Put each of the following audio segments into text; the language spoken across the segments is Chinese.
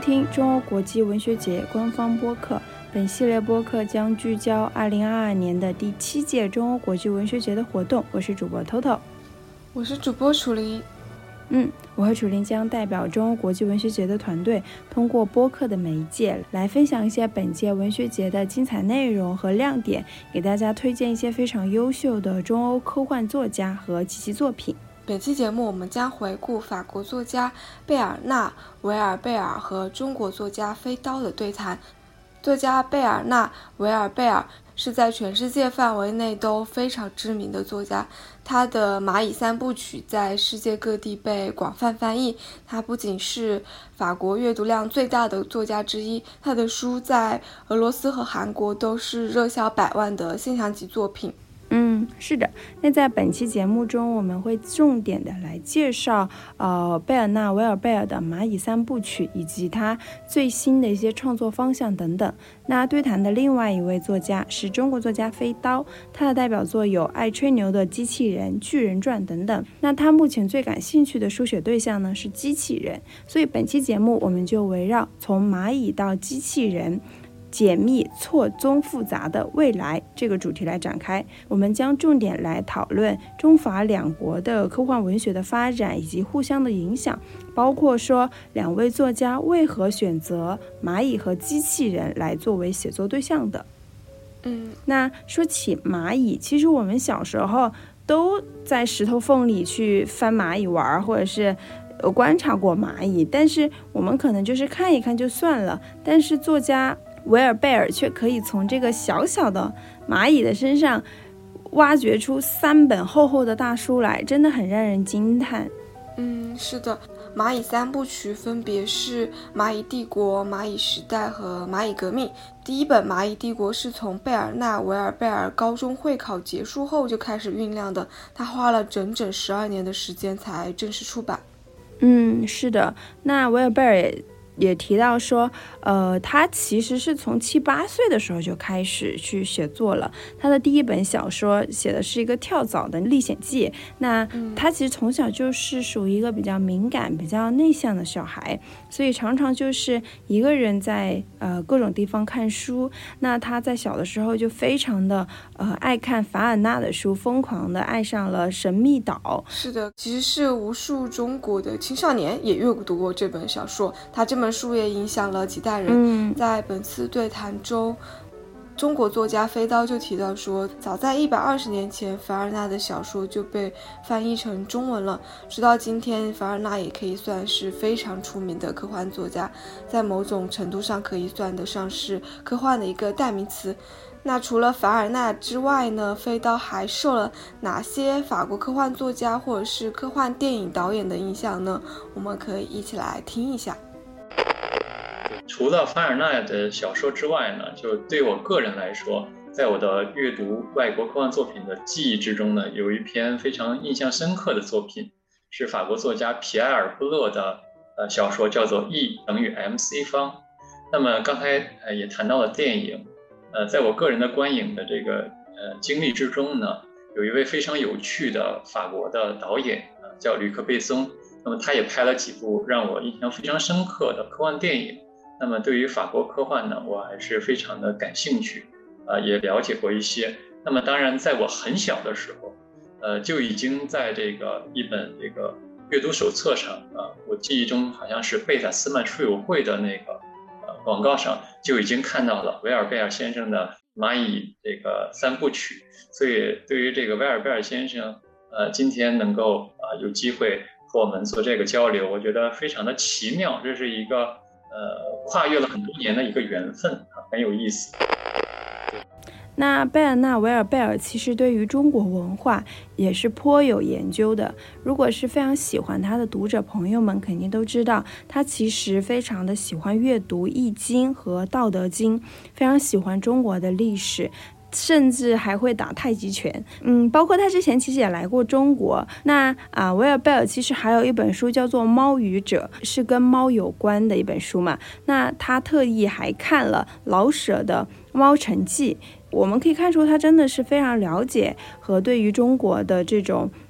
听中欧国际文学节官方播客。本系列播客将聚焦2022年的第7届中欧国际文学节的活动。我是主播 Toto， 我是主播楚林。 我和楚林将代表中欧国际文学节的团队，通过播客的媒介来分享一些本届文学节的精彩内容和亮点，给大家推荐一些非常优秀的中欧科幻作家和其作品。 本期节目我们将回顾法国作家贝尔纳·维尔贝尔和中国作家飞刀的对谈。作家贝尔纳·维尔贝尔是在全世界范围内都非常知名的作家，他的《蚂蚁三部曲》在世界各地被广泛翻译。他不仅是法国阅读量最大的作家之一，他的书在俄罗斯和韩国都是热销百万的现象级作品。 是的。那在本期节目中，我们会重点的来介绍贝尔纳·维尔贝尔的《蚂蚁三部曲》以及他最新的一些创作方向等等。那对谈的另外一位作家是中国作家飞刀，他的代表作有《爱吹牛的机器人》、《巨人传》等等。那他目前最感兴趣的书写对象呢是机器人，所以本期节目我们就围绕从蚂蚁到机器人，解密错综复杂的未来这个主题来展开。我们将重点来讨论中法两国的科幻文学的发展以及互相的影响，包括说两位作家为何选择蚂蚁和机器人来作为写作对象的。那说起蚂蚁，其实我们小时候都在石头缝里去翻蚂蚁玩，或者是观察过蚂蚁，但是我们可能就是看一看就算了。但是作家维尔贝尔却可以从这个小小的蚂蚁的身上挖掘出3本厚厚的大书来，真的很让人惊叹。 是的，蚂蚁三部曲分别是蚂蚁帝国、蚂蚁时代和蚂蚁革命。第一本蚂蚁帝国是从贝尔纳·维尔贝尔高中会考结束后就开始酝酿的，他花了整整12年的时间才正式出版。 是的。那维尔贝尔也提到说他其实是从7、8岁的时候就开始去写作了。他的第一本小说写的是一个跳蚤的历险记。那他其实从小就是属于一个比较敏感比较内向的小孩，所以常常就是一个人在各种地方看书。那他在小的时候就非常的爱看凡尔纳的书，疯狂的爱上了神秘岛。 是的，其实是无数中国的青少年也阅读过这本小说，他这本书也影响了几代人。在本次对谈中，中国作家飞刀就提到说，早在120年前，凡尔纳的小说就被翻译成中文了。直到今天，凡尔纳也可以算是非常出名的科幻作家，在某种程度上可以算得上是科幻的一个代名词。那除了凡尔纳之外呢，飞刀还受了哪些法国科幻作家或者是科幻电影导演的影响呢？我们可以一起来听一下。 除了凡尔纳的小说之外呢，就对我个人来说，在我的阅读外国科幻作品的记忆之中呢，有一篇非常印象深刻的作品，是法国作家皮埃尔·布勒的小说，叫做 E 等于 mc 方。那么刚才也谈到了电影，在我个人的观影的这个经历之中呢，有一位非常有趣的法国的导演叫吕克·贝松。那么他也拍了几部让我印象非常深刻的科幻电影。那么对于法国科幻呢，我还是非常的感兴趣，也了解过一些。那么当然在我很小的时候，就已经在这个一本这个阅读手册上我记忆中好像是贝塔斯曼书友会的那个广告上就已经看到了维尔贝尔先生的蚂蚁这个3部曲。所以对于这个维尔贝尔先生今天能够有机会和我们做这个交流，我觉得非常的奇妙，这是一个跨越了很多年的一个缘分很有意思。 那贝尔纳·维尔贝尔其实对于中国文化也是颇有研究的。如果是非常喜欢他的读者朋友们肯定都知道，他其实非常的喜欢阅读《易经》和《道德经》，非常喜欢中国的历史，甚至还会打太极拳。包括他之前其实也来过中国。那维尔贝尔其实还有一本书叫做《猫语者》，是跟猫有关的一本书嘛。那他特意还看了老舍的《猫城记》。我们可以看出他真的是非常了解和对于中国的这种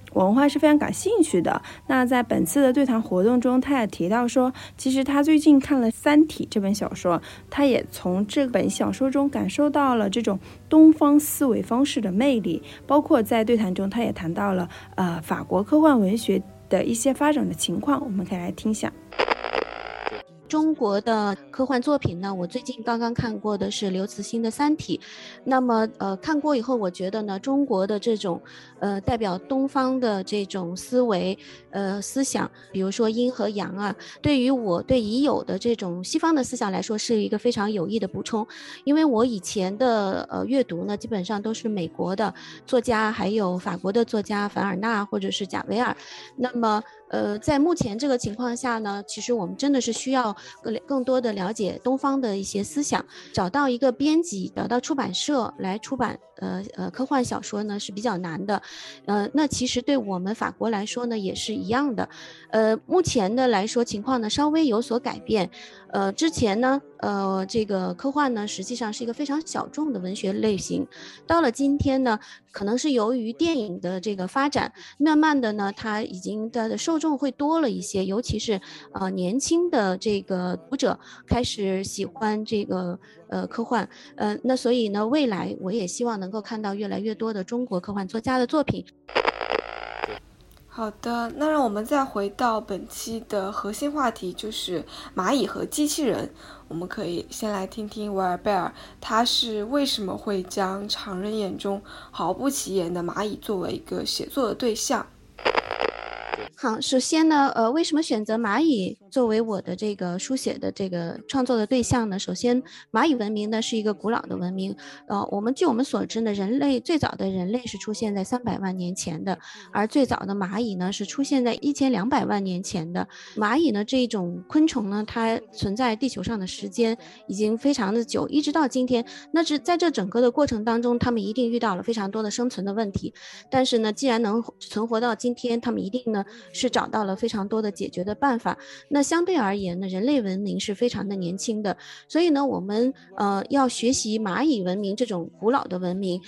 文化是非常感兴趣的。那在本次的对谈活动中，他也提到说，其实他最近看了《三体》这本小说，他也从这本小说中感受到了这种东方思维方式的魅力。包括在对谈中，他也谈到了法国科幻文学的一些发展的情况，我们可以来听一下。 中国的科幻作品呢，我最近刚刚看过的是刘慈欣的《三体》。那么看过以后，我觉得呢，中国的这种代表东方的这种思维思想，比如说阴和阳啊，对于我对已有的这种西方的思想来说，是一个非常有益的补充。因为我以前的阅读呢，基本上都是美国的作家，还有法国的作家凡尔纳或者是贾维尔。那么在目前这个情况下呢，其实我们真的是需要更多的了解东方的一些思想，找到一个编辑，找到出版社来出版科幻小说呢是比较难的。那其实对我们法国来说呢也是一样的。目前的来说情况呢稍微有所改变。之前呢这个科幻呢实际上是一个非常小众的文学类型，到了今天呢，可能是由于电影的这个发展，慢慢的呢它的受众会多了一些，尤其是年轻的这个读者开始喜欢这个科幻。那所以呢未来我也希望能够看到越来越多的中国科幻作家的作品。 好的，那让我们再回到本期的核心话题，就是蚂蚁和机器人。我们可以先来听听维尔贝尔，他是为什么会将常人眼中毫不起眼的蚂蚁作为一个写作的对象。 好，首先呢，为什么选择蚂蚁作为我的这个书写的这个创作的对象呢？首先，蚂蚁文明呢是一个古老的文明，据我们所知呢，最早的人类是出现在300万年前的，而最早的蚂蚁呢是出现在1200万年前的。蚂蚁呢这种昆虫呢，它存在地球上的时间已经非常的久，一直到今天。那是在这整个的过程当中，他们一定遇到了非常多的生存的问题，但是呢，既然能存活到今天，他们一定呢是找到了非常多的解决的办法。那相对而言呢，人类文明是非常的年轻的，所以呢，我们要学习蚂蚁文明这种古老的文明。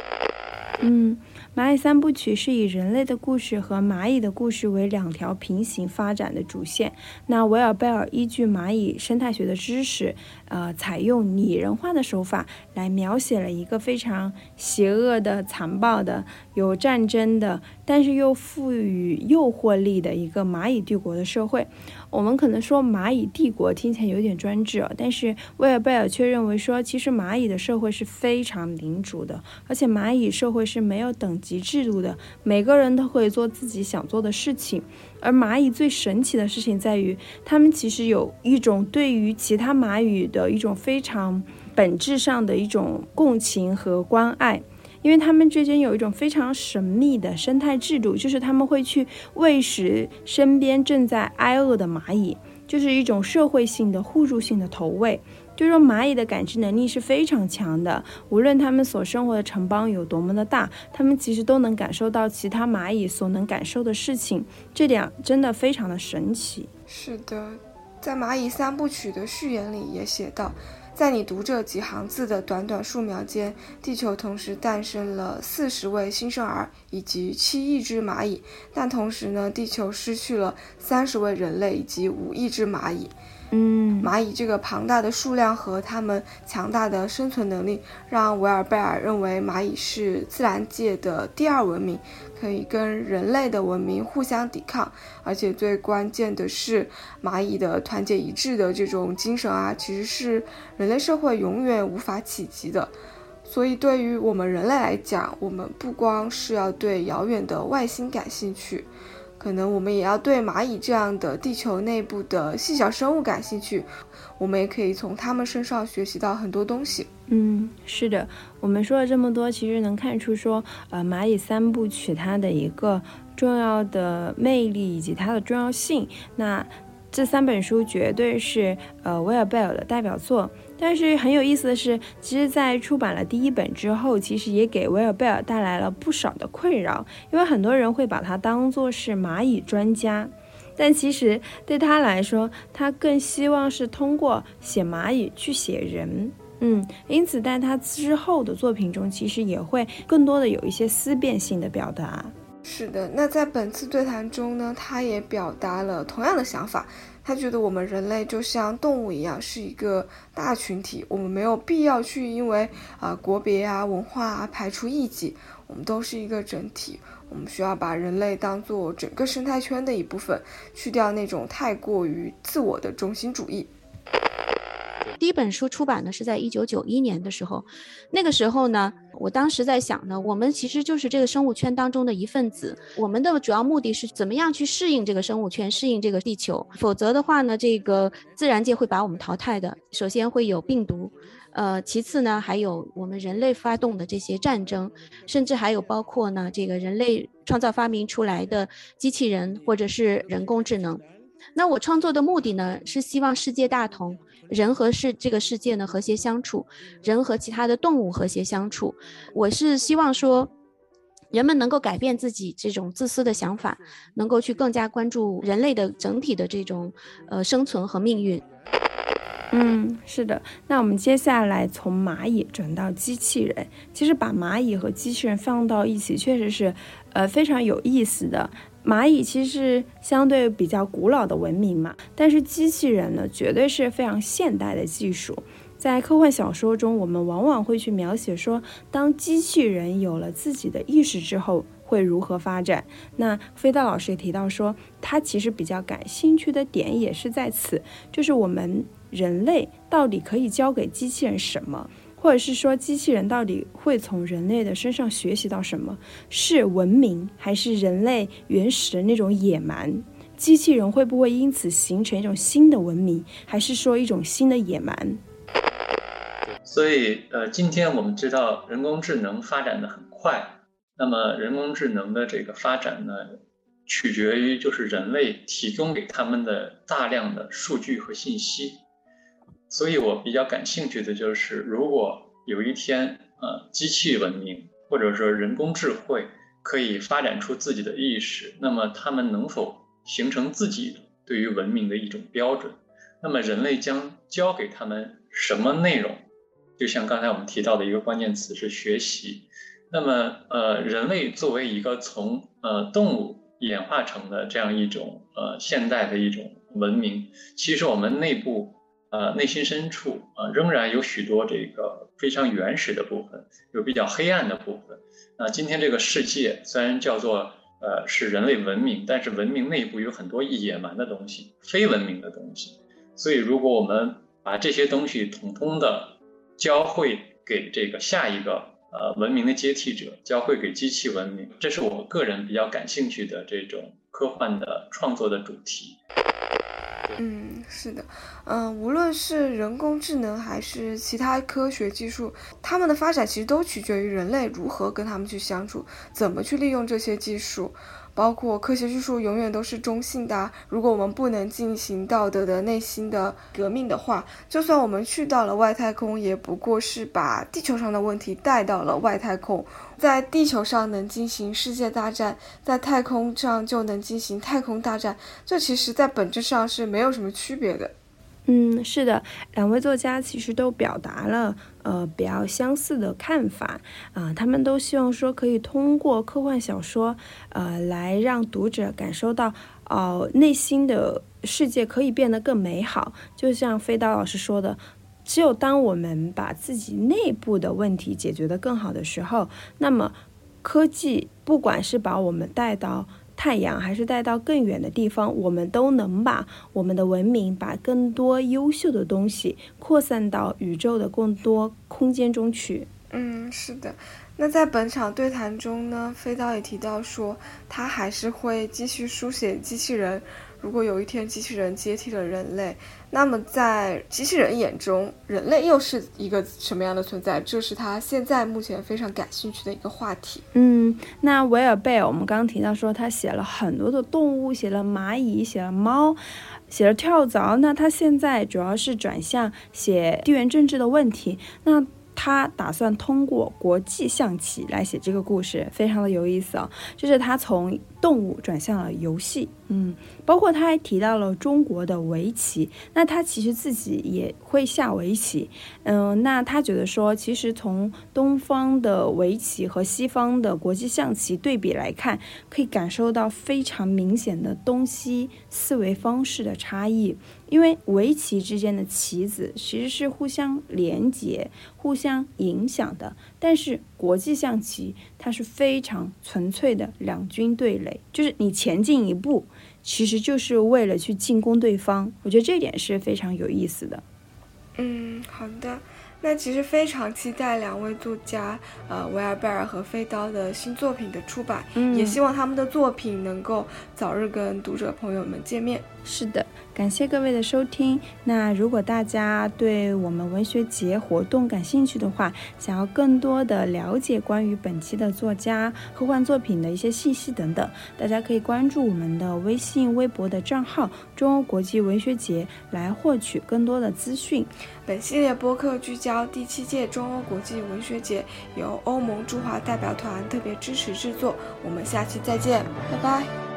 蚂蚁三部曲是以人类的故事和蚂蚁的故事为两条平行发展的主线。那维尔贝尔依据蚂蚁生态学的知识，采用拟人化的手法来描写了一个非常邪恶的、残暴的、有战争的，但是又富于诱惑力的一个蚂蚁帝国的社会。我们可能说蚂蚁帝国听起来有点专制，但是维尔贝尔却认为说，其实蚂蚁的社会是非常民主的，而且蚂蚁社会是没有等级制度的，每个人都可以做自己想做的事情。而蚂蚁最神奇的事情在于，它们其实有一种对于其他蚂蚁的一种非常本质上的一种共情和关爱。因为他们之间有一种非常神秘的生态制度，就是他们会去喂食身边正在挨饿的蚂蚁，就是一种社会性的互助性的投喂。就是说蚂蚁的感知能力是非常强的，无论他们所生活的城邦有多么的大，他们其实都能感受到其他蚂蚁所能感受的事情，这点真的非常的神奇。 是的，在蚂蚁三部曲的序言里也写到，在你读这几行字的短短数秒间，地球同时诞生了40位新生儿以及7亿只蚂蚁，但同时呢，地球失去了30位人类以及5亿只蚂蚁。蚂蚁这个庞大的数量和它们强大的生存能力，让维尔贝尔认为蚂蚁是自然界的第二文明，可以跟人类的文明互相抵抗。而且最关键的是，蚂蚁的团结一致的这种精神啊，其实是人类社会永远无法企及的。所以对于我们人类来讲，我们不光是要对遥远的外星感兴趣，可能我们也要对蚂蚁这样的地球内部的细小生物感兴趣，我们也可以从它们身上学习到很多东西。 是的，我们说了这么多，其实能看出说，蚂蚁三部曲它的一个重要的魅力以及它的重要性。那这3本书绝对是维尔贝尔的代表作。但是很有意思的是，其实在出版了第1本之后，其实也给维尔贝尔带来了不少的困扰，因为很多人会把他当作是蚂蚁专家，但其实对他来说，他更希望是通过写蚂蚁去写人。因此在他之后的作品中，其实也会更多的有一些思辨性的表达。 是的，那在本次对谈中呢，他也表达了同样的想法。他觉得我们人类就像动物一样，是一个大群体，我们没有必要去因为国别啊、文化啊排除异己，我们都是一个整体。我们需要把人类当作整个生态圈的一部分，去掉那种太过于自我的中心主义。 第一本书出版呢是在1991年的时候，那个时候呢，我当时在想呢，我们其实就是这个生物圈当中的一份子，我们的主要目的是怎么样去适应这个生物圈，适应这个地球，否则的话呢，这个自然界会把我们淘汰的。首先会有病毒，其次呢，还有我们人类发动的这些战争，甚至还有包括呢，这个人类创造发明出来的机器人或者是人工智能。那我创作的目的呢，是希望世界大同，人和这个世界呢和谐相处，人和其他的动物和谐相处。我是希望说，人们能够改变自己这种自私的想法，能够去更加关注人类的整体的这种生存和命运。 是的。那我们接下来从蚂蚁转到机器人，其实把蚂蚁和机器人放到一起，确实是非常有意思的。蚂蚁其实是相对比较古老的文明嘛，但是机器人呢，绝对是非常现代的技术。在科幻小说中，我们往往会去描写说，当机器人有了自己的意识之后会如何发展。那飞刀老师也提到说，他其实比较感兴趣的点也是在此，就是我们人类到底可以教给机器人什么，或者是说机器人到底会从人类的身上学习到什么，是文明还是人类原始的那种野蛮？机器人会不会因此形成一种新的文明，还是说一种新的野蛮？ 所以今天我们知道人工智能发展的很快，那么人工智能的这个发展呢，取决于就是人类提供给他们的大量的数据和信息。所以我比较感兴趣的就是，如果有一天机器文明或者说人工智慧可以发展出自己的意识，那么他们能否形成自己对于文明的一种标准？那么人类将教给他们什么内容？就像刚才我们提到的一个关键词是学习。那么人类作为一个从动物演化成的这样一种现代的一种文明，其实我们内部内心深处仍然有许多这个非常原始的部分，有比较黑暗的部分。今天这个世界虽然叫做是人类文明，但是文明内部有很多野蛮的东西，非文明的东西。所以如果我们把这些东西统统的教会给这个下一个文明的接替者，教会给机器文明，这是我个人比较感兴趣的这种科幻的创作的主题。 是的，无论是人工智能还是其他科学技术，它们的发展其实都取决于人类如何跟它们去相处，怎么去利用这些技术。包括科学技术永远都是中性的，如果我们不能进行道德的内心的革命的话，就算我们去到了外太空，也不过是把地球上的问题带到了外太空。在地球上能进行世界大战，在太空上就能进行太空大战，这其实在本质上是没有什么区别的。 是的，两位作家其实都表达了比较相似的看法他们都希望说可以通过科幻小说来让读者感受到内心的世界可以变得更美好。就像飞刀老师说的，只有当我们把自己内部的问题解决得更好的时候，那么科技不管是把我们带到太阳还是带到更远的地方，我们都能把我们的文明，把更多优秀的东西扩散到宇宙的更多空间中去。 是的。那在本场对谈中呢，飞刀也提到说，他还是会继续书写机器人。如果有一天机器人接替了人类，那么在机器人眼中，人类又是一个什么样的存在？这是他现在目前非常感兴趣的一个话题。 那维尔贝尔我们刚刚提到说他写了很多的动物，写了蚂蚁，写了猫，写了跳蚤，那他现在主要是转向写地缘政治的问题。那他打算通过国际象棋来写这个故事，非常的有意思啊。就是他从动物转向了游戏，包括他还提到了中国的围棋，那他其实自己也会下围棋，那他觉得说，其实从东方的围棋和西方的国际象棋对比来看，可以感受到非常明显的东西思维方式的差异。因为围棋之间的棋子其实是互相连接、互相影响的，但是国际象棋它是非常纯粹的两军对垒，就是你前进一步，其实就是为了去进攻对方。我觉得这点是非常有意思的。 好的。那其实非常期待两位作家维尔贝尔和飞刀的新作品的出版，也希望他们的作品能够早日跟读者朋友们见面。 是的，感谢各位的收听。那如果大家对我们文学节活动感兴趣的话，想要更多的了解关于本期的作家、科幻作品的一些信息等等，大家可以关注我们的微信、微博的账号中欧国际文学节来获取更多的资讯。 本系列播客聚焦第7届中欧国际文学节，由欧盟驻华代表团特别支持制作。我们下期再见，拜拜。